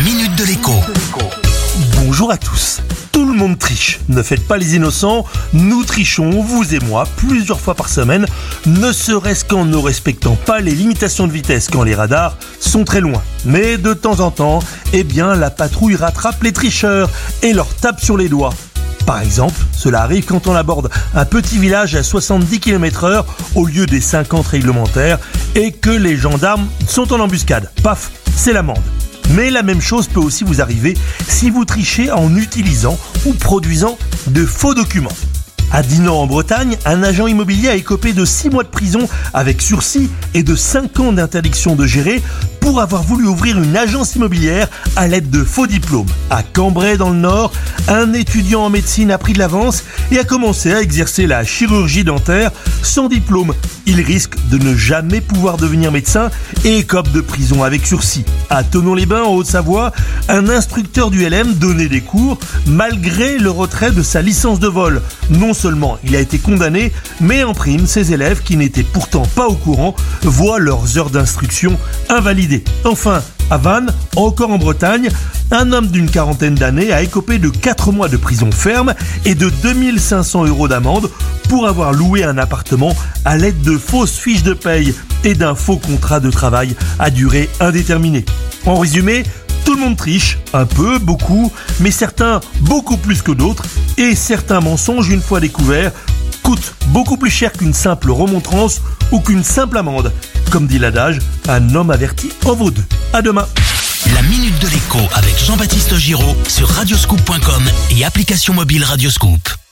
Minute de l'écho. Bonjour à tous. Tout le monde triche. Ne faites pas les innocents. Nous trichons, vous et moi, plusieurs fois par semaine, ne serait-ce qu'en ne respectant pas les limitations de vitesse quand les radars sont très loin. Mais de temps en temps, la patrouille rattrape les tricheurs et leur tape sur les doigts. Par exemple, cela arrive quand on aborde un petit village à 70 km/h au lieu des 50 réglementaires et que les gendarmes sont en embuscade. Paf, c'est l'amende. Mais la même chose peut aussi vous arriver si vous trichez en utilisant ou produisant de faux documents. À Dinan en Bretagne, un agent immobilier a écopé de 6 mois de prison avec sursis et de 5 ans d'interdiction de gérer pour avoir voulu ouvrir une agence immobilière à l'aide de faux diplômes. À Cambrai dans le Nord, un étudiant en médecine a pris de l'avance et a commencé à exercer la chirurgie dentaire sans diplôme. Il risque de ne jamais pouvoir devenir médecin et écope de prison avec sursis. À Thonon-les-Bains en Haute-Savoie, un instructeur du LM donnait des cours malgré le retrait de sa licence de vol. Non seulement il a été condamné, mais en prime, ses élèves qui n'étaient pourtant pas au courant voient leurs heures d'instruction invalidées. Enfin, à Vannes, encore en Bretagne, un homme d'une quarantaine d'années a écopé de 4 mois de prison ferme et de 2500 € d'amende pour avoir loué un appartement à l'aide de fausses fiches de paye et d'un faux contrat de travail à durée indéterminée. En résumé, tout le monde triche, un peu, beaucoup, mais certains beaucoup plus que d'autres, et certains mensonges, une fois découverts, coûtent beaucoup plus cher qu'une simple remontrance ou qu'une simple amende. Comme dit l'adage, un homme averti en vaut deux. À demain. La Minute de l'écho avec Jean-Baptiste Giraud sur radioscoop.com et application mobile Radioscoop.